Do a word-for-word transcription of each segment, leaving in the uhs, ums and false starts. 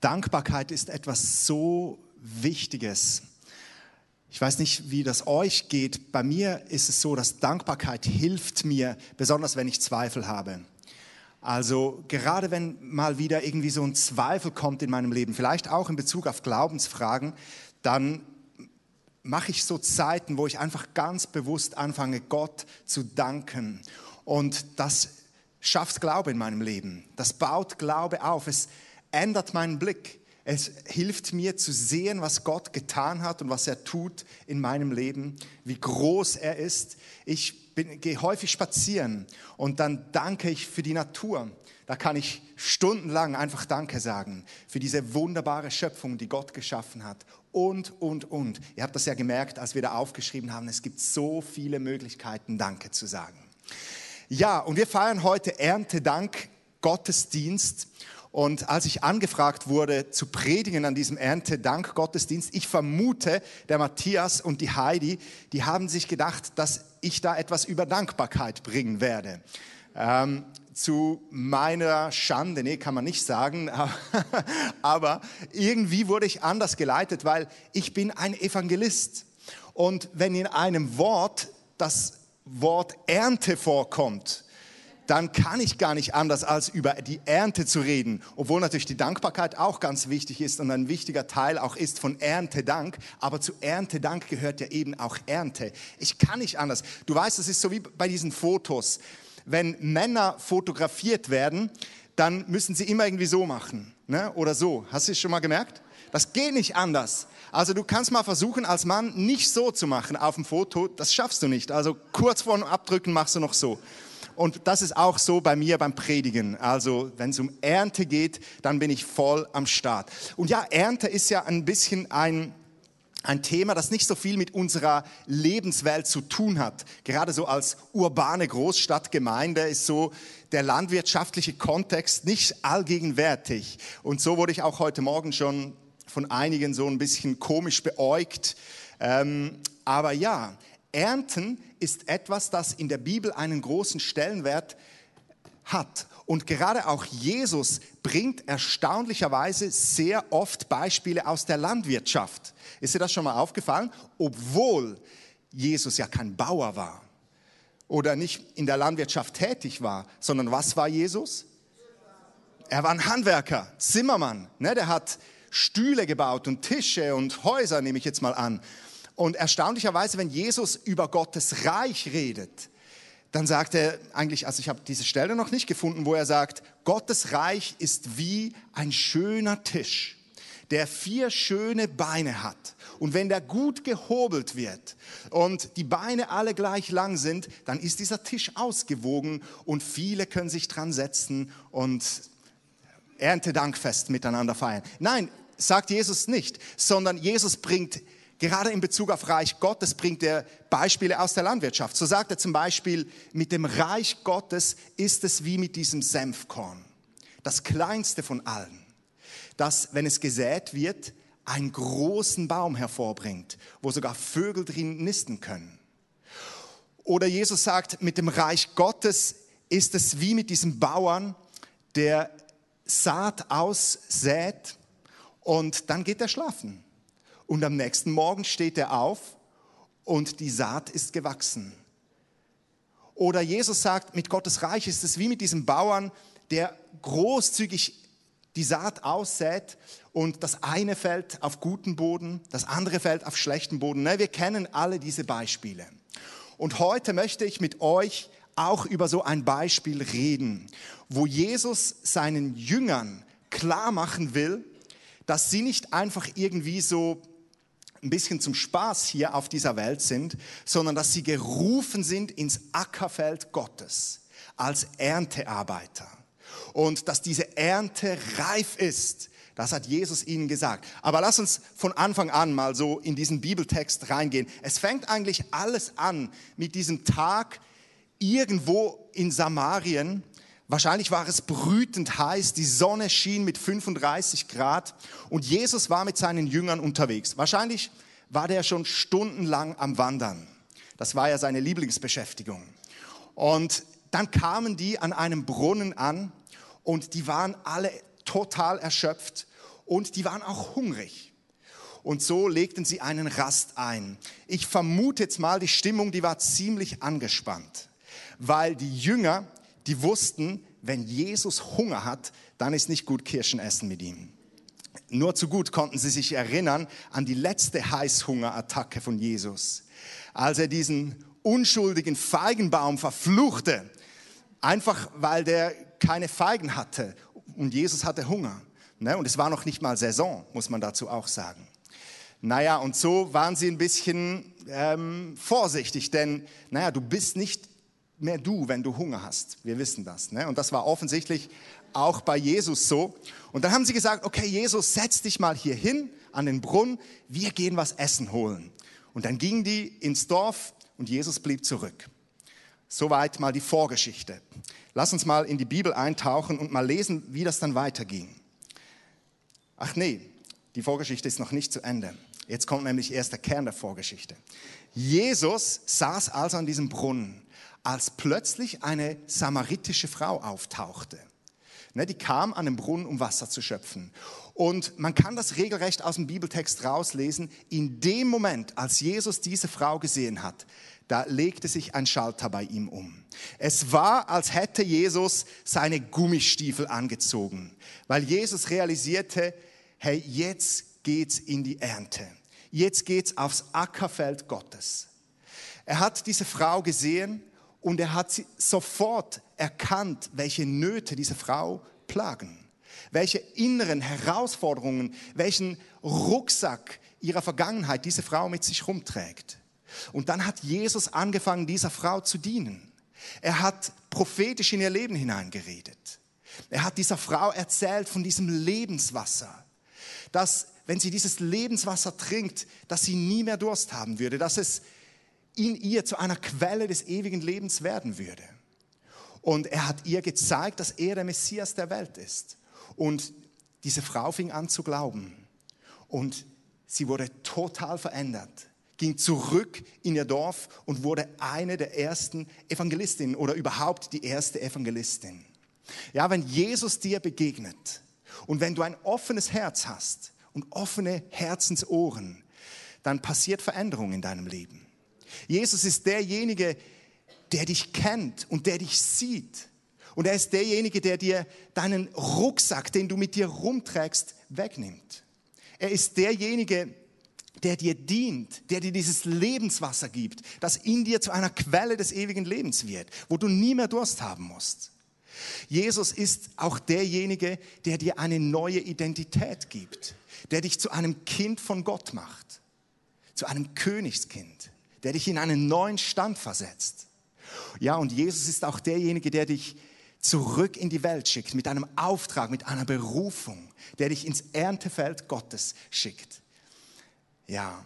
Dankbarkeit ist etwas so Wichtiges. Ich weiß nicht, wie das euch geht. Bei mir ist es so, dass Dankbarkeit hilft mir, besonders wenn ich Zweifel habe. Also gerade wenn mal wieder irgendwie so ein Zweifel kommt in meinem Leben, vielleicht auch in Bezug auf Glaubensfragen, dann mache ich so Zeiten, wo ich einfach ganz bewusst anfange, Gott zu danken. Und das schafft Glaube in meinem Leben. Das baut Glaube auf. Es ändert meinen Blick. Es hilft mir zu sehen, was Gott getan hat und was er tut in meinem Leben, wie groß er ist. Ich bin, gehe häufig spazieren und dann danke ich für die Natur. Da kann ich stundenlang einfach Danke sagen für diese wunderbare Schöpfung, die Gott geschaffen hat. Und, und, und. Ihr habt das ja gemerkt, als wir da aufgeschrieben haben, es gibt so viele Möglichkeiten, Danke zu sagen. Ja, und wir feiern heute Erntedank Gottesdienst. Und als ich angefragt wurde, zu predigen an diesem Erntedank-Gottesdienst, ich vermute, der Matthias und die Heidi, die haben sich gedacht, dass ich da etwas über Dankbarkeit bringen werde. Ähm, zu meiner Schande, nee, kann man nicht sagen, aber irgendwie wurde ich anders geleitet, weil ich bin ein Evangelist. Und wenn in einem Wort das Wort Ernte vorkommt, dann kann ich gar nicht anders, als über die Ernte zu reden. Obwohl natürlich die Dankbarkeit auch ganz wichtig ist und ein wichtiger Teil auch ist von Erntedank. Aber zu Erntedank gehört ja eben auch Ernte. Ich kann nicht anders. Du weißt, es ist so wie bei diesen Fotos. Wenn Männer fotografiert werden, dann müssen sie immer irgendwie so machen, ne? Oder so. Hast du es schon mal gemerkt? Das geht nicht anders. Also du kannst mal versuchen, als Mann nicht so zu machen auf dem Foto. Das schaffst du nicht. Also kurz vor dem Abdrücken machst du noch so. Und das ist auch so bei mir beim Predigen. Also wenn es um Ernte geht, dann bin ich voll am Start. Und ja, Ernte ist ja ein bisschen ein, ein Thema, das nicht so viel mit unserer Lebenswelt zu tun hat. Gerade so als urbane Großstadtgemeinde ist so der landwirtschaftliche Kontext nicht allgegenwärtig. Und so wurde ich auch heute Morgen schon von einigen so ein bisschen komisch beäugt. Ähm, aber ja, Ernten ist etwas, das in der Bibel einen großen Stellenwert hat. Und gerade auch Jesus bringt erstaunlicherweise sehr oft Beispiele aus der Landwirtschaft. Ist dir das schon mal aufgefallen? Obwohl Jesus ja kein Bauer war oder nicht in der Landwirtschaft tätig war, sondern was war Jesus? Er war ein Handwerker, Zimmermann. Ne? Der hat Stühle gebaut und Tische und Häuser, nehme ich jetzt mal an. Und erstaunlicherweise, wenn Jesus über Gottes Reich redet, dann sagt er eigentlich, also ich habe diese Stelle noch nicht gefunden, wo er sagt, Gottes Reich ist wie ein schöner Tisch, der vier schöne Beine hat. Und wenn der gut gehobelt wird und die Beine alle gleich lang sind, dann ist dieser Tisch ausgewogen und viele können sich dran setzen und Erntedankfest miteinander feiern. Nein, sagt Jesus nicht, sondern Jesus bringt gerade in Bezug auf Reich Gottes bringt er Beispiele aus der Landwirtschaft. So sagt er zum Beispiel, mit dem Reich Gottes ist es wie mit diesem Senfkorn. Das kleinste von allen, das, wenn es gesät wird, einen großen Baum hervorbringt, wo sogar Vögel drin nisten können. Oder Jesus sagt, mit dem Reich Gottes ist es wie mit diesem Bauern, der Saat aussät und dann geht er schlafen. Und am nächsten Morgen steht er auf und die Saat ist gewachsen. Oder Jesus sagt, mit Gottes Reich ist es wie mit diesem Bauern, der großzügig die Saat aussät und das eine fällt auf guten Boden, das andere fällt auf schlechten Boden. Wir kennen alle diese Beispiele. Und heute möchte ich mit euch auch über so ein Beispiel reden, wo Jesus seinen Jüngern klar machen will, dass sie nicht einfach irgendwie so ein bisschen zum Spaß hier auf dieser Welt sind, sondern dass sie gerufen sind ins Ackerfeld Gottes als Erntearbeiter. Und dass diese Ernte reif ist, das hat Jesus ihnen gesagt. Aber lass uns von Anfang an mal so in diesen Bibeltext reingehen. Es fängt eigentlich alles an mit diesem Tag irgendwo in Samarien. Wahrscheinlich war es brütend heiß, die Sonne schien mit fünfunddreißig Grad und Jesus war mit seinen Jüngern unterwegs. Wahrscheinlich war der schon stundenlang am Wandern. Das war ja seine Lieblingsbeschäftigung. Und dann kamen die an einem Brunnen an und die waren alle total erschöpft und die waren auch hungrig. Und so legten sie einen Rast ein. Ich vermute jetzt mal, die Stimmung, die war ziemlich angespannt, weil die Jünger, die wussten, wenn Jesus Hunger hat, dann ist nicht gut Kirschen essen mit ihm. Nur zu gut konnten sie sich erinnern an die letzte Heißhungerattacke von Jesus, als er diesen unschuldigen Feigenbaum verfluchte, einfach weil der keine Feigen hatte und Jesus hatte Hunger. Und es war noch nicht mal Saison, muss man dazu auch sagen. Naja, und so waren sie ein bisschen ähm, vorsichtig, denn naja, du bist nicht mehr du, wenn du Hunger hast. Wir wissen das. Ne? Und das war offensichtlich auch bei Jesus so. Und dann haben sie gesagt, okay, Jesus, setz dich mal hier hin an den Brunnen, wir gehen was essen holen. Und dann gingen die ins Dorf und Jesus blieb zurück. Soweit mal die Vorgeschichte. Lass uns mal in die Bibel eintauchen und mal lesen, wie das dann weiterging. Ach nee, die Vorgeschichte ist noch nicht zu Ende. Jetzt kommt nämlich erst der Kern der Vorgeschichte. Jesus saß also an diesem Brunnen, als plötzlich eine samaritische Frau auftauchte. Ne, die kam an den Brunnen, um Wasser zu schöpfen. Und man kann das regelrecht aus dem Bibeltext rauslesen. In dem Moment, als Jesus diese Frau gesehen hat, da legte sich ein Schalter bei ihm um. Es war, als hätte Jesus seine Gummistiefel angezogen, weil Jesus realisierte, hey, jetzt geht's in die Ernte. Jetzt geht's aufs Ackerfeld Gottes. Er hat diese Frau gesehen und er hat sie sofort erkannt, welche Nöte diese Frau plagen, welche inneren Herausforderungen, welchen Rucksack ihrer Vergangenheit diese Frau mit sich rumträgt. Und dann hat Jesus angefangen, dieser Frau zu dienen. Er hat prophetisch in ihr Leben hineingeredet. Er hat dieser Frau erzählt von diesem Lebenswasser, dass, wenn sie dieses Lebenswasser trinkt, dass sie nie mehr Durst haben würde, dass es in ihr zu einer Quelle des ewigen Lebens werden würde. Und er hat ihr gezeigt, dass er der Messias der Welt ist. Und diese Frau fing an zu glauben. Und sie wurde total verändert, ging zurück in ihr Dorf und wurde eine der ersten Evangelistinnen oder überhaupt die erste Evangelistin. Ja, wenn Jesus dir begegnet und wenn du ein offenes Herz hast und offene Herzensohren, dann passiert Veränderung in deinem Leben. Jesus ist derjenige, der dich kennt und der dich sieht. Und er ist derjenige, der dir deinen Rucksack, den du mit dir rumträgst, wegnimmt. Er ist derjenige, der dir dient, der dir dieses Lebenswasser gibt, das in dir zu einer Quelle des ewigen Lebens wird, wo du nie mehr Durst haben musst. Jesus ist auch derjenige, der dir eine neue Identität gibt, der dich zu einem Kind von Gott macht, zu einem Königskind, der dich in einen neuen Stand versetzt. Ja, und Jesus ist auch derjenige, der dich zurück in die Welt schickt, mit einem Auftrag, mit einer Berufung, der dich ins Erntefeld Gottes schickt. Ja,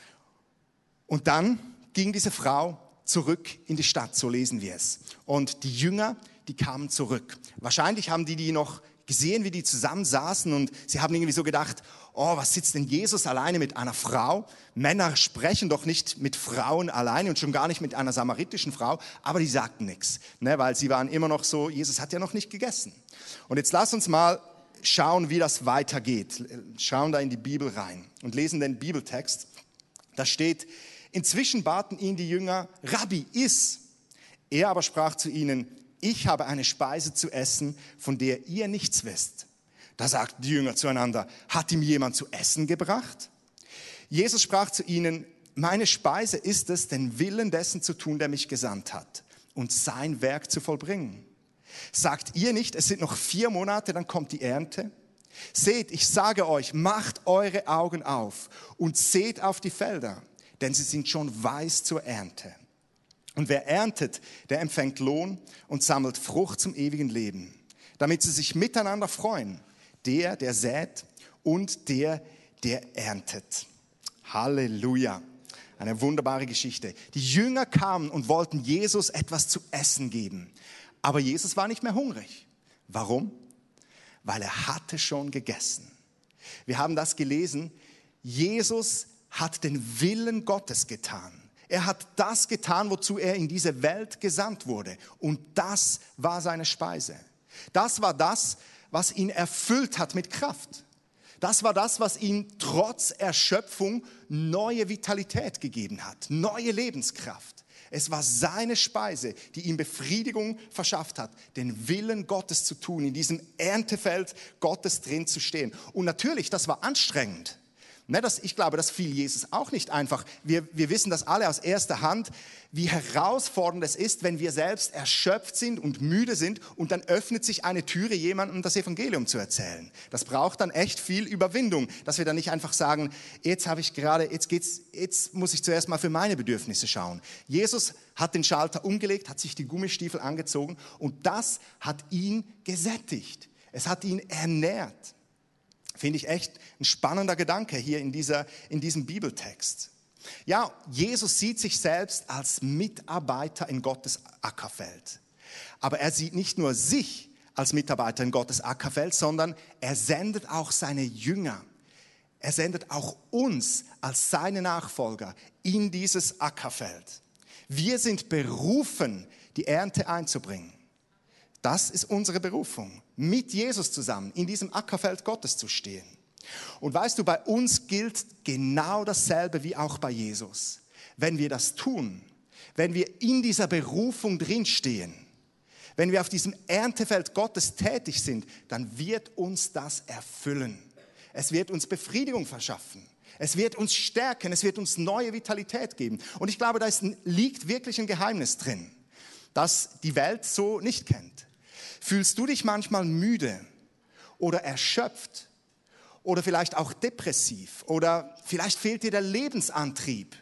und dann ging diese Frau zurück in die Stadt, so lesen wir es. Und die Jünger, die kamen zurück. Wahrscheinlich haben die die noch gesehen, wie die zusammen saßen und sie haben irgendwie so gedacht, oh, was sitzt denn Jesus alleine mit einer Frau? Männer sprechen doch nicht mit Frauen alleine und schon gar nicht mit einer samaritischen Frau, aber die sagten nichts, ne, weil sie waren immer noch so, Jesus hat ja noch nicht gegessen. Und jetzt lass uns mal schauen, wie das weitergeht. Schauen da in die Bibel rein und lesen den Bibeltext. Da steht, inzwischen baten ihn die Jünger, Rabbi, iss. Er aber sprach zu ihnen, ich habe eine Speise zu essen, von der ihr nichts wisst. Da sagten die Jünger zueinander, hat ihm jemand zu essen gebracht? Jesus sprach zu ihnen, meine Speise ist es, den Willen dessen zu tun, der mich gesandt hat und sein Werk zu vollbringen. Sagt ihr nicht, es sind noch vier Monate, dann kommt die Ernte? Seht, ich sage euch, macht eure Augen auf und seht auf die Felder, denn sie sind schon weiß zur Ernte. Und wer erntet, der empfängt Lohn und sammelt Frucht zum ewigen Leben, damit sie sich miteinander freuen, der, der sät und der, der erntet. Halleluja. Eine wunderbare Geschichte. Die Jünger kamen und wollten Jesus etwas zu essen geben. Aber Jesus war nicht mehr hungrig. Warum? Weil er hatte schon gegessen. Wir haben das gelesen. Jesus hat den Willen Gottes getan. Er hat das getan, wozu er in diese Welt gesandt wurde. Und das war seine Speise. Das war das, was ihn erfüllt hat mit Kraft. Das war das, was ihm trotz Erschöpfung neue Vitalität gegeben hat, neue Lebenskraft. Es war seine Speise, die ihm Befriedigung verschafft hat, den Willen Gottes zu tun, in diesem Erntefeld Gottes drin zu stehen. Und natürlich, das war anstrengend. Ne, das, ich glaube, das fiel Jesus auch nicht einfach. Wir, wir wissen das alle aus erster Hand, wie herausfordernd es ist, wenn wir selbst erschöpft sind und müde sind und dann öffnet sich eine Türe, jemandem das Evangelium zu erzählen. Das braucht dann echt viel Überwindung, dass wir dann nicht einfach sagen, jetzt habe ich gerade, jetzt geht's, jetzt muss ich zuerst mal für meine Bedürfnisse schauen. Jesus hat den Schalter umgelegt, hat sich die Gummistiefel angezogen und das hat ihn gesättigt. Es hat ihn ernährt. Finde ich echt ein spannender Gedanke hier in, dieser, in diesem Bibeltext. Ja, Jesus sieht sich selbst als Mitarbeiter in Gottes Ackerfeld. Aber er sieht nicht nur sich als Mitarbeiter in Gottes Ackerfeld, sondern er sendet auch seine Jünger. Er sendet auch uns als seine Nachfolger in dieses Ackerfeld. Wir sind berufen, die Ernte einzubringen. Das ist unsere Berufung, mit Jesus zusammen in diesem Ackerfeld Gottes zu stehen. Und weißt du, bei uns gilt genau dasselbe wie auch bei Jesus. Wenn wir das tun, wenn wir in dieser Berufung drinstehen, wenn wir auf diesem Erntefeld Gottes tätig sind, dann wird uns das erfüllen. Es wird uns Befriedigung verschaffen. Es wird uns stärken, es wird uns neue Vitalität geben. Und ich glaube, da ist, liegt wirklich ein Geheimnis drin, das die Welt so nicht kennt. Fühlst du dich manchmal müde oder erschöpft oder vielleicht auch depressiv oder vielleicht fehlt dir der Lebensantrieb?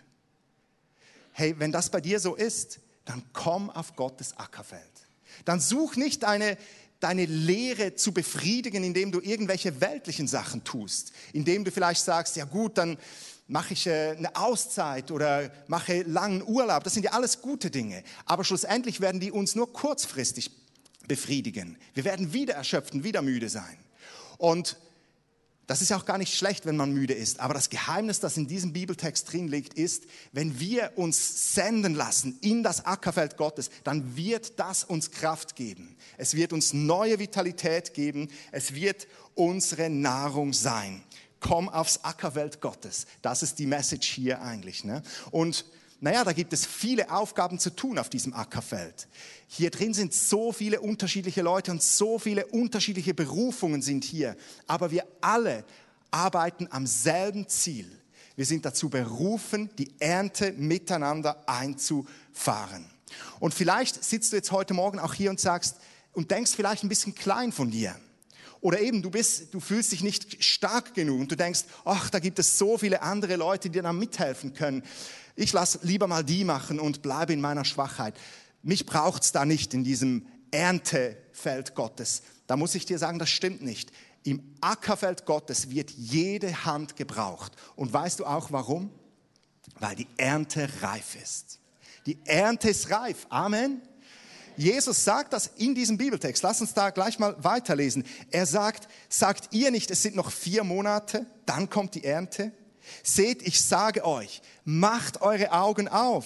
Hey, wenn das bei dir so ist, dann komm auf Gottes Ackerfeld. Dann such nicht deine, deine Leere zu befriedigen, indem du irgendwelche weltlichen Sachen tust, indem du vielleicht sagst, ja gut, dann mache ich eine Auszeit oder mache langen Urlaub. Das sind ja alles gute Dinge, aber schlussendlich werden die uns nur kurzfristig befriedigen. Wir werden wieder erschöpft und wieder müde sein. Und das ist ja auch gar nicht schlecht, wenn man müde ist. Aber das Geheimnis, das in diesem Bibeltext drin liegt, ist, wenn wir uns senden lassen in das Ackerfeld Gottes, dann wird das uns Kraft geben. Es wird uns neue Vitalität geben. Es wird unsere Nahrung sein. Komm aufs Ackerfeld Gottes. Das ist die Message hier eigentlich. Ne? Und naja, da gibt es viele Aufgaben zu tun auf diesem Ackerfeld. Hier drin sind so viele unterschiedliche Leute und so viele unterschiedliche Berufungen sind hier. Aber wir alle arbeiten am selben Ziel. Wir sind dazu berufen, die Ernte miteinander einzufahren. Und vielleicht sitzt du jetzt heute Morgen auch hier und sagst und denkst vielleicht ein bisschen klein von dir. Oder eben, du bist, du fühlst dich nicht stark genug und du denkst, ach, da gibt es so viele andere Leute, die dir da mithelfen können. Ich lasse lieber mal die machen und bleibe in meiner Schwachheit. Mich braucht es da nicht in diesem Erntefeld Gottes. Da muss ich dir sagen, das stimmt nicht. Im Ackerfeld Gottes wird jede Hand gebraucht. Und weißt du auch warum? Weil die Ernte reif ist. Die Ernte ist reif. Amen. Jesus sagt das in diesem Bibeltext. Lass uns da gleich mal weiterlesen. Er sagt, sagt ihr nicht, es sind noch vier Monate, dann kommt die Ernte? Seht, ich sage euch, macht eure Augen auf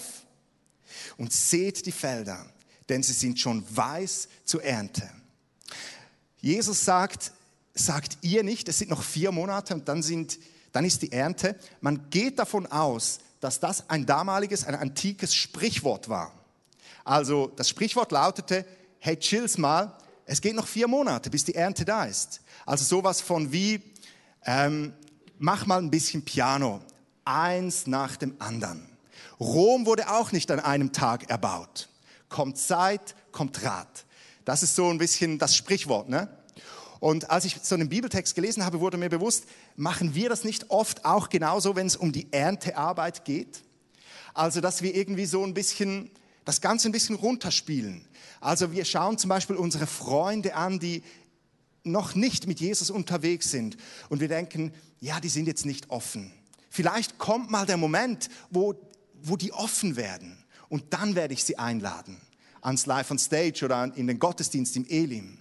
und seht die Felder, denn sie sind schon weiß zur Ernte. Jesus sagt, sagt ihr nicht, es sind noch vier Monate und dann, sind, dann ist die Ernte. Man geht davon aus, dass das ein damaliges, ein antikes Sprichwort war. Also das Sprichwort lautete, hey, chill's mal, es geht noch vier Monate, bis die Ernte da ist. Also sowas von wie, ähm, mach mal ein bisschen Piano, eins nach dem anderen. Rom wurde auch nicht an einem Tag erbaut. Kommt Zeit, kommt Rat. Das ist so ein bisschen das Sprichwort, ne? Und als ich so einen Bibeltext gelesen habe, wurde mir bewusst, machen wir das nicht oft auch genauso, wenn es um die Erntearbeit geht? Also, dass wir irgendwie so ein bisschen, das Ganze ein bisschen runterspielen. Also wir schauen zum Beispiel unsere Freunde an, die noch nicht mit Jesus unterwegs sind. Und wir denken, ja, die sind jetzt nicht offen. Vielleicht kommt mal der Moment, wo, wo die offen werden. Und dann werde ich sie einladen. Ans Live on Stage oder in den Gottesdienst im Elim.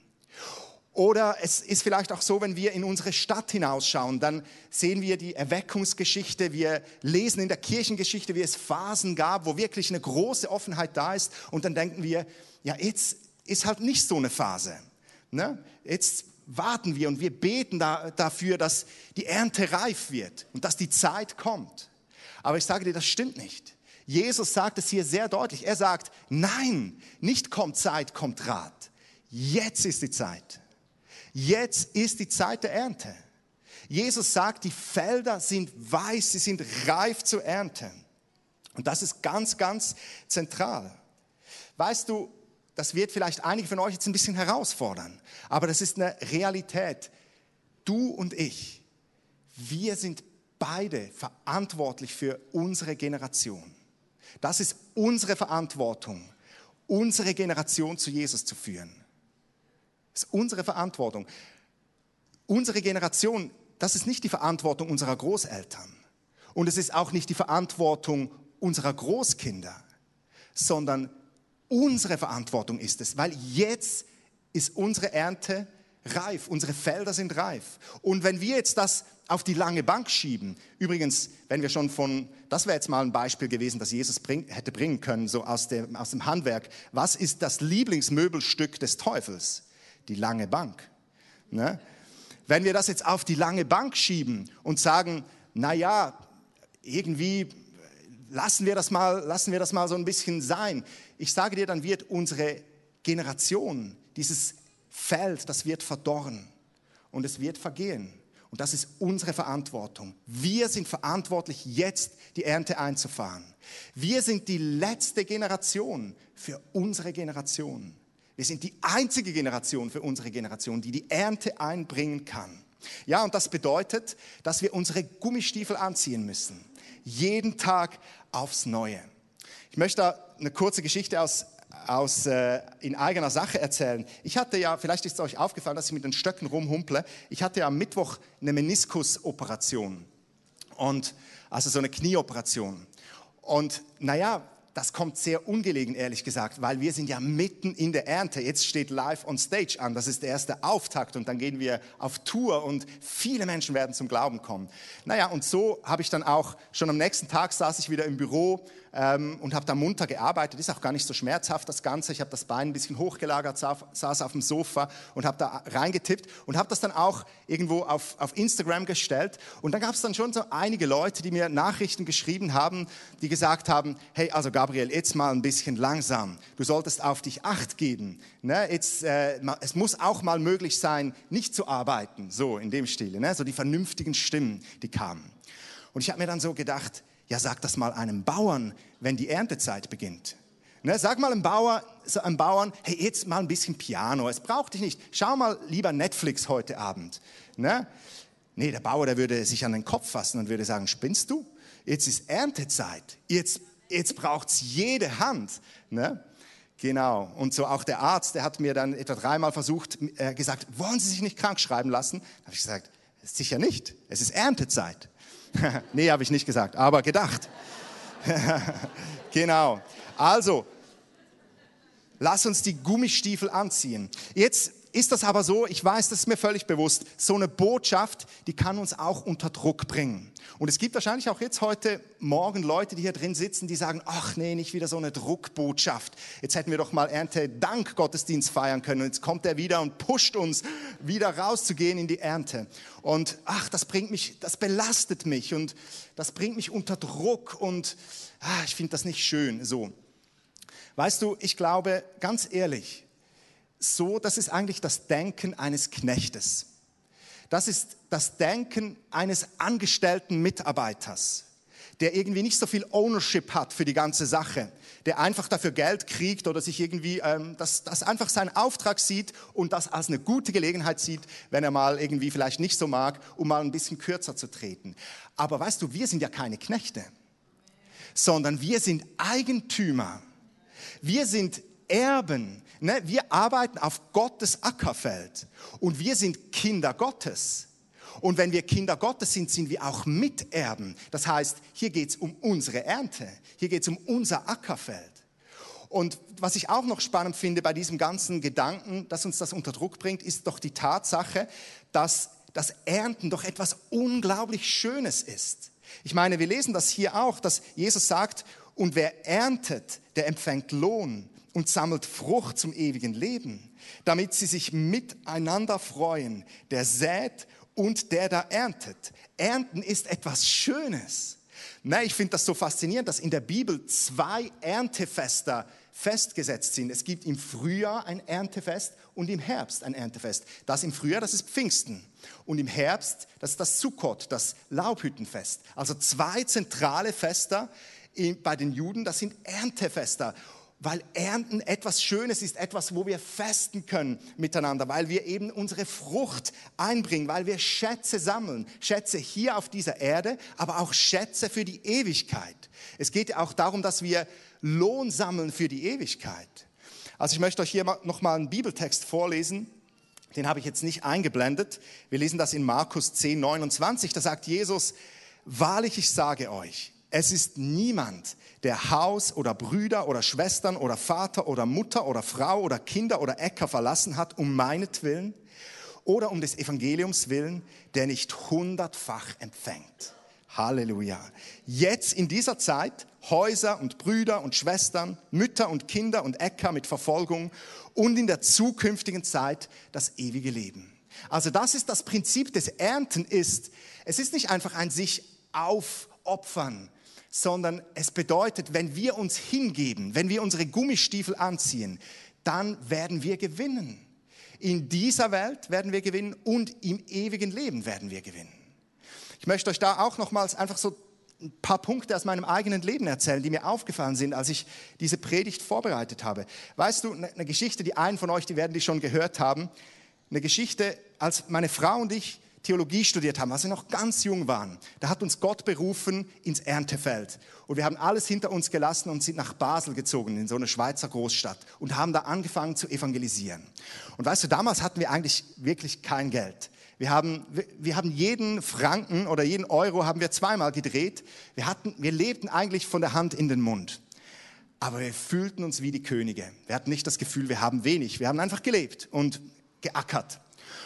Oder es ist vielleicht auch so, wenn wir in unsere Stadt hinausschauen, dann sehen wir die Erweckungsgeschichte, wir lesen in der Kirchengeschichte, wie es Phasen gab, wo wirklich eine große Offenheit da ist und dann denken wir, ja, jetzt ist halt nicht so eine Phase. Ne? Jetzt warten wir und wir beten da, dafür, dass die Ernte reif wird und dass die Zeit kommt. Aber ich sage dir, das stimmt nicht. Jesus sagt es hier sehr deutlich. Er sagt, nein, nicht kommt Zeit, kommt Rat. Jetzt ist die Zeit. Jetzt ist die Zeit der Ernte. Jesus sagt, die Felder sind weiß, sie sind reif zur Ernte. Und das ist ganz, ganz zentral. Weißt du, das wird vielleicht einige von euch jetzt ein bisschen herausfordern, aber das ist eine Realität. Du und ich, wir sind beide verantwortlich für unsere Generation. Das ist unsere Verantwortung, unsere Generation zu Jesus zu führen. Das ist unsere Verantwortung. Unsere Generation, das ist nicht die Verantwortung unserer Großeltern. Und es ist auch nicht die Verantwortung unserer Großkinder, sondern unsere Verantwortung ist es, weil jetzt ist unsere Ernte reif, unsere Felder sind reif. Und wenn wir jetzt das auf die lange Bank schieben, übrigens, wenn wir schon von, das wäre jetzt mal ein Beispiel gewesen, das Jesus bring, hätte bringen können, so aus dem, aus dem Handwerk. Was ist das Lieblingsmöbelstück des Teufels? Die lange Bank. Ne? Wenn wir das jetzt auf die lange Bank schieben und sagen, naja, irgendwie lassen wir das mal, lassen wir das mal so ein bisschen sein. Ich sage dir, dann wird unsere Generation, dieses Feld, das wird verdorren und es wird vergehen. Und das ist unsere Verantwortung. Wir sind verantwortlich, jetzt die Ernte einzufahren. Wir sind die letzte Generation für unsere Generation. Wir sind die einzige Generation für unsere Generation, die die Ernte einbringen kann. Ja, und das bedeutet, dass wir unsere Gummistiefel anziehen müssen. Jeden Tag aufs Neue. Ich möchte da eine kurze Geschichte aus, aus, äh, in eigener Sache erzählen. Ich hatte ja, vielleicht ist es euch aufgefallen, dass ich mit den Stöcken rumhumple. Ich hatte ja am Mittwoch eine Meniskusoperation. Und, also so eine Knieoperation. Und naja, das kommt sehr ungelegen, ehrlich gesagt, weil wir sind ja mitten in der Ernte. Jetzt steht Live on Stage an, das ist der erste Auftakt und dann gehen wir auf Tour und viele Menschen werden zum Glauben kommen. Naja, und so habe ich dann auch, schon am nächsten Tag saß ich wieder im Büro ähm, und habe da munter gearbeitet. Ist auch gar nicht so schmerzhaft, das Ganze. Ich habe das Bein ein bisschen hochgelagert, saß auf dem Sofa und habe da reingetippt und habe das dann auch irgendwo auf, auf Instagram gestellt. Und dann gab es dann schon so einige Leute, die mir Nachrichten geschrieben haben, die gesagt haben, hey, also Gabriel, jetzt mal ein bisschen langsam. Du solltest auf dich Acht geben. Ne? Jetzt, äh, es muss auch mal möglich sein, nicht zu arbeiten, so in dem Stil. Ne? So die vernünftigen Stimmen, die kamen. Und ich habe mir dann so gedacht, ja, sag das mal einem Bauern, wenn die Erntezeit beginnt. Ne? Sag mal einem, Bauer, so einem Bauern, hey, jetzt mal ein bisschen Piano, es braucht dich nicht. Schau mal lieber Netflix heute Abend. Ne? Nee, der Bauer, der würde sich an den Kopf fassen und würde sagen, spinnst du? Jetzt ist Erntezeit, jetzt Jetzt braucht es jede Hand. Ne? Genau. Und so auch der Arzt, der hat mir dann etwa dreimal versucht, äh, gesagt, wollen Sie sich nicht krank schreiben lassen? Da habe ich gesagt, sicher nicht. Es ist Erntezeit. Nee, habe ich nicht gesagt, aber gedacht. Genau. Also, lass uns die Gummistiefel anziehen. Jetzt ist das aber so, ich weiß, das ist mir völlig bewusst, so eine Botschaft, die kann uns auch unter Druck bringen. Und es gibt wahrscheinlich auch jetzt heute Morgen Leute, die hier drin sitzen, die sagen, ach nee, nicht wieder so eine Druckbotschaft. Jetzt hätten wir doch mal Erntedank-Gottesdienst feiern können. Und jetzt kommt er wieder und pusht uns, wieder rauszugehen in die Ernte. Und ach, das bringt mich, das belastet mich und das bringt mich unter Druck und ach, ich finde das nicht schön. So, weißt du, ich glaube, ganz ehrlich, so, das ist eigentlich das Denken eines Knechtes. Das ist das Denken eines angestellten Mitarbeiters, der irgendwie nicht so viel Ownership hat für die ganze Sache, der einfach dafür Geld kriegt oder sich irgendwie, ähm, das, das einfach seinen Auftrag sieht und das als eine gute Gelegenheit sieht, wenn er mal irgendwie vielleicht nicht so mag, um mal ein bisschen kürzer zu treten. Aber weißt du, wir sind ja keine Knechte, sondern wir sind Eigentümer. Wir sind Erben. Ne? Wir arbeiten auf Gottes Ackerfeld und wir sind Kinder Gottes. Und wenn wir Kinder Gottes sind, sind wir auch Miterben. Das heißt, hier geht es um unsere Ernte, hier geht es um unser Ackerfeld. Und was ich auch noch spannend finde bei diesem ganzen Gedanken, dass uns das unter Druck bringt, ist doch die Tatsache, dass das Ernten doch etwas unglaublich Schönes ist. Ich meine, wir lesen das hier auch, dass Jesus sagt, und wer erntet, der empfängt Lohn. und sammelt Frucht zum ewigen Leben, damit sie sich miteinander freuen, der sät und der da erntet. Ernten ist etwas Schönes. Na, ich finde das so faszinierend, dass in der Bibel zwei Erntefeste festgesetzt sind. Es gibt im Frühjahr ein Erntefest und im Herbst ein Erntefest. Das im Frühjahr, das ist Pfingsten. Und im Herbst, das ist das Sukkot, das Laubhüttenfest. Also zwei zentrale Feste bei den Juden, das sind Erntefeste. Weil Ernten etwas Schönes ist, etwas, wo wir festen können miteinander, weil wir eben unsere Frucht einbringen, weil wir Schätze sammeln. Schätze hier auf dieser Erde, aber auch Schätze für die Ewigkeit. Es geht auch darum, dass wir Lohn sammeln für die Ewigkeit. Also ich möchte euch hier nochmal einen Bibeltext vorlesen. Den habe ich jetzt nicht eingeblendet. Wir lesen das in Markus zehn, neunundzwanzig. Da sagt Jesus, wahrlich, ich sage euch, es ist niemand, der Haus oder Brüder oder Schwestern oder Vater oder Mutter oder Frau oder Kinder oder Äcker verlassen hat, um meinetwillen oder um des Evangeliums willen, der nicht hundertfach empfängt. Halleluja. Jetzt in dieser Zeit Häuser und Brüder und Schwestern, Mütter und Kinder und Äcker mit Verfolgung und in der zukünftigen Zeit das ewige Leben. Also das ist das Prinzip des Ernten ist, es ist nicht einfach ein sich aufopfern, sondern es bedeutet, wenn wir uns hingeben, wenn wir unsere Gummistiefel anziehen, dann werden wir gewinnen. In dieser Welt werden wir gewinnen und im ewigen Leben werden wir gewinnen. Ich möchte euch da auch nochmals einfach so ein paar Punkte aus meinem eigenen Leben erzählen, die mir aufgefallen sind, als ich diese Predigt vorbereitet habe. Weißt du, eine Geschichte, die einen von euch, die werden die schon gehört haben, eine Geschichte, als meine Frau und ich Theologie studiert haben, als wir noch ganz jung waren, da hat uns Gott berufen ins Erntefeld. Und wir haben alles hinter uns gelassen und sind nach Basel gezogen, in so eine Schweizer Großstadt und haben da angefangen zu evangelisieren. Und weißt du, damals hatten wir eigentlich wirklich kein Geld. Wir haben, wir haben jeden Franken oder jeden Euro haben wir zweimal gedreht. Wir, hatten, wir lebten eigentlich von der Hand in den Mund. Aber wir fühlten uns wie die Könige. Wir hatten nicht das Gefühl, wir haben wenig. Wir haben einfach gelebt und geackert.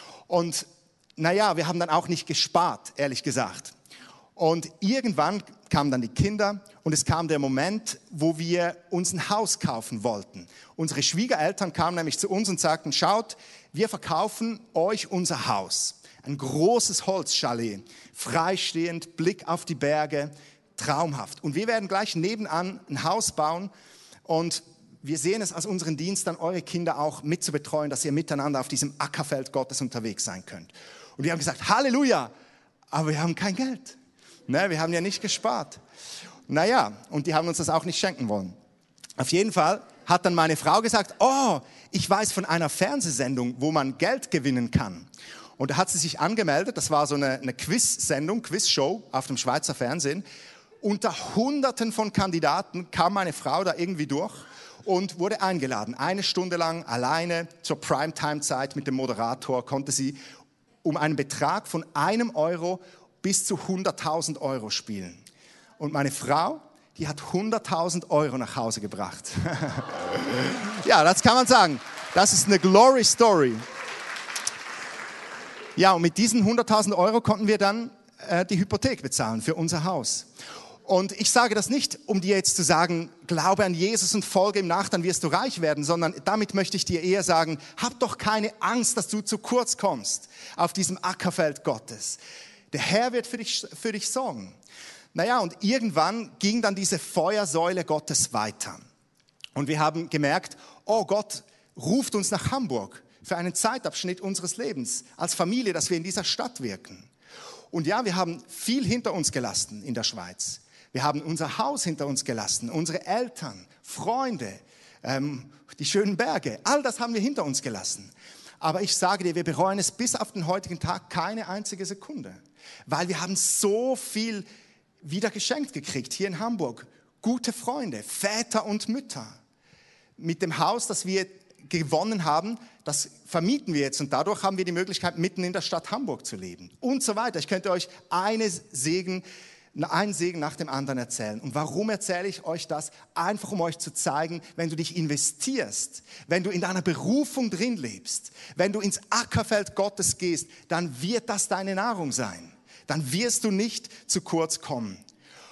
Und naja, wir haben dann auch nicht gespart, ehrlich gesagt. Und irgendwann kamen dann die Kinder und es kam der Moment, wo wir uns ein Haus kaufen wollten. Unsere Schwiegereltern kamen nämlich zu uns und sagten, schaut, wir verkaufen euch unser Haus. Ein großes Holzchalet, freistehend, Blick auf die Berge, traumhaft. Und wir werden gleich nebenan ein Haus bauen und wir sehen es als unseren Dienst, dann eure Kinder auch mit zu betreuen, dass ihr miteinander auf diesem Ackerfeld Gottes unterwegs sein könnt. Und wir haben gesagt, Halleluja, aber wir haben kein Geld. Ne, wir haben ja nicht gespart. Naja, und die haben uns das auch nicht schenken wollen. Auf jeden Fall hat dann meine Frau gesagt, oh, ich weiß von einer Fernsehsendung, wo man Geld gewinnen kann. Und da hat sie sich angemeldet, das war so eine, eine Quiz-Sendung, Quiz-Show auf dem Schweizer Fernsehen. Unter Hunderten von Kandidaten kam meine Frau da irgendwie durch und wurde eingeladen. Eine Stunde lang alleine zur Primetime-Zeit mit dem Moderator konnte sie um einen Betrag von einem Euro bis zu hunderttausend Euro spielen. Und meine Frau, die hat hunderttausend Euro nach Hause gebracht. Ja, das kann man sagen. Das ist eine Glory Story. Ja, und mit diesen hunderttausend Euro konnten wir dann äh, die Hypothek bezahlen für unser Haus. Und ich sage das nicht, um dir jetzt zu sagen, glaube an Jesus und folge ihm nach, dann wirst du reich werden, sondern damit möchte ich dir eher sagen, hab doch keine Angst, dass du zu kurz kommst auf diesem Ackerfeld Gottes. Der Herr wird für dich, für dich sorgen. Naja, und irgendwann ging dann diese Feuersäule Gottes weiter. Und wir haben gemerkt, oh, Gott ruft uns nach Hamburg für einen Zeitabschnitt unseres Lebens als Familie, dass wir in dieser Stadt wirken. Und ja, wir haben viel hinter uns gelassen in der Schweiz. Wir haben unser Haus hinter uns gelassen, unsere Eltern, Freunde, ähm, die schönen Berge, all das haben wir hinter uns gelassen. Aber ich sage dir, wir bereuen es bis auf den heutigen Tag keine einzige Sekunde, weil wir haben so viel wieder geschenkt gekriegt hier in Hamburg. Gute Freunde, Väter und Mütter. Mit dem Haus, das wir gewonnen haben, das vermieten wir jetzt und dadurch haben wir die Möglichkeit, mitten in der Stadt Hamburg zu leben und so weiter. Ich könnte euch eine Segen einen Segen nach dem anderen erzählen. Und warum erzähle ich euch das? Einfach um euch zu zeigen, wenn du dich investierst, wenn du in deiner Berufung drin lebst, wenn du ins Ackerfeld Gottes gehst, dann wird das deine Nahrung sein. Dann wirst du nicht zu kurz kommen.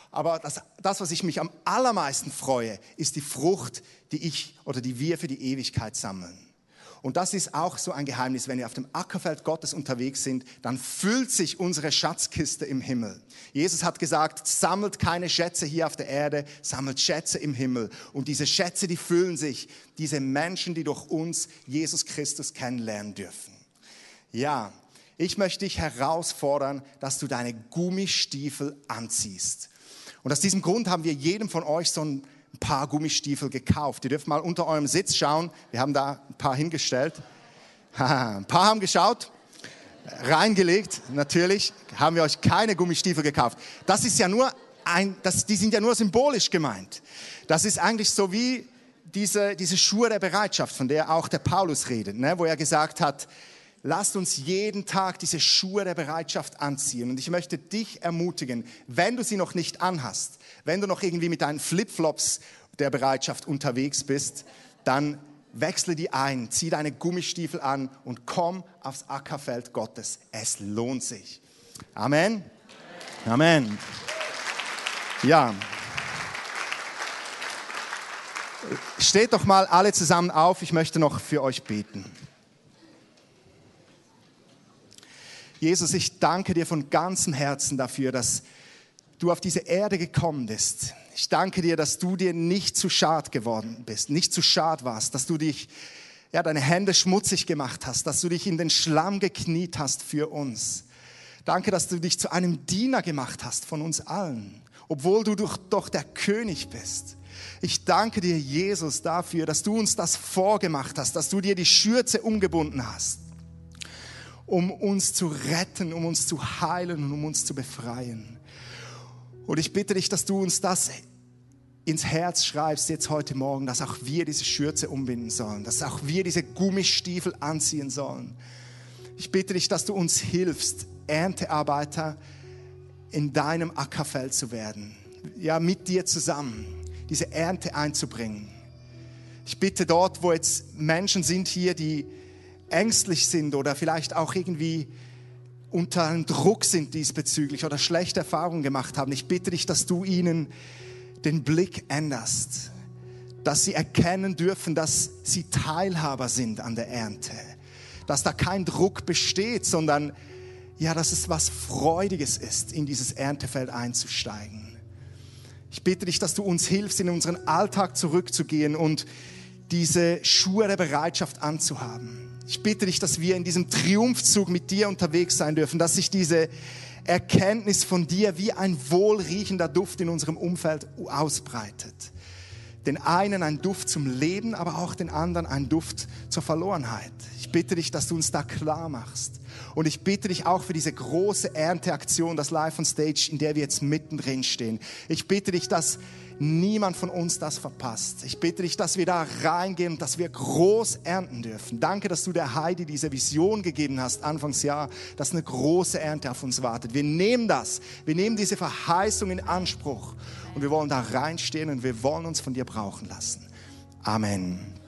Aber das, das, was ich mich am allermeisten freue, ist die Frucht, die ich oder die wir für die Ewigkeit sammeln. Und das ist auch so ein Geheimnis, wenn wir auf dem Ackerfeld Gottes unterwegs sind, dann füllt sich unsere Schatzkiste im Himmel. Jesus hat gesagt, sammelt keine Schätze hier auf der Erde, sammelt Schätze im Himmel. Und diese Schätze, die füllen sich, diese Menschen, die durch uns Jesus Christus kennenlernen dürfen. Ja, ich möchte dich herausfordern, dass du deine Gummistiefel anziehst. Und aus diesem Grund haben wir jedem von euch so ein ein paar Gummistiefel gekauft. Ihr dürft mal unter eurem Sitz schauen. Wir haben da ein paar hingestellt. Ein paar haben geschaut, reingelegt. Natürlich haben wir euch keine Gummistiefel gekauft. Das ist ja nur ein, das, die sind ja nur symbolisch gemeint. Das ist eigentlich so wie diese, diese Schuhe der Bereitschaft, von der auch der Paulus redet, ne? Wo er gesagt hat, lasst uns jeden Tag diese Schuhe der Bereitschaft anziehen. Und ich möchte dich ermutigen, wenn du sie noch nicht anhast, wenn du noch irgendwie mit deinen Flipflops der Bereitschaft unterwegs bist, dann wechsle die ein, zieh deine Gummistiefel an und komm aufs Ackerfeld Gottes. Es lohnt sich. Amen. Amen. Ja. Steht doch mal alle zusammen auf. Ich möchte noch für euch beten. Jesus, ich danke dir von ganzem Herzen dafür, dass du auf diese Erde gekommen bist. Ich danke dir, dass du dir nicht zu schad geworden bist, nicht zu schad warst, dass du dich, ja, deine Hände schmutzig gemacht hast, dass du dich in den Schlamm gekniet hast für uns. Danke, dass du dich zu einem Diener gemacht hast von uns allen, obwohl du doch, doch der König bist. Ich danke dir, Jesus, dafür, dass du uns das vorgemacht hast, dass du dir die Schürze umgebunden hast, um uns zu retten, um uns zu heilen und um uns zu befreien. Und ich bitte dich, dass du uns das ins Herz schreibst jetzt heute Morgen, dass auch wir diese Schürze umbinden sollen, dass auch wir diese Gummistiefel anziehen sollen. Ich bitte dich, dass du uns hilfst, Erntearbeiter in deinem Ackerfeld zu werden. Ja, mit dir zusammen diese Ernte einzubringen. Ich bitte dort, wo jetzt Menschen sind hier, die ängstlich sind oder vielleicht auch irgendwie unter einem Druck sind diesbezüglich oder schlechte Erfahrungen gemacht haben. Ich bitte dich, dass du ihnen den Blick änderst, dass sie erkennen dürfen, dass sie Teilhaber sind an der Ernte, dass da kein Druck besteht, sondern ja, dass es was Freudiges ist, in dieses Erntefeld einzusteigen. Ich bitte dich, dass du uns hilfst, in unseren Alltag zurückzugehen und diese Schuhe der Bereitschaft anzuhaben. Ich bitte dich, dass wir in diesem Triumphzug mit dir unterwegs sein dürfen, dass sich diese Erkenntnis von dir wie ein wohlriechender Duft in unserem Umfeld ausbreitet. Den einen ein Duft zum Leben, aber auch den anderen ein Duft zur Verlorenheit. Ich bitte dich, dass du uns da klar machst. Und ich bitte dich auch für diese große Ernteaktion, das Live on Stage, in der wir jetzt mittendrin stehen. Ich bitte dich, dass niemand von uns das verpasst. Ich bitte dich, dass wir da reingehen und dass wir groß ernten dürfen. Danke, dass du der Heidi diese Vision gegeben hast, Anfangsjahr, dass eine große Ernte auf uns wartet. Wir nehmen das, wir nehmen diese Verheißung in Anspruch und wir wollen da reinstehen und wir wollen uns von dir brauchen lassen. Amen.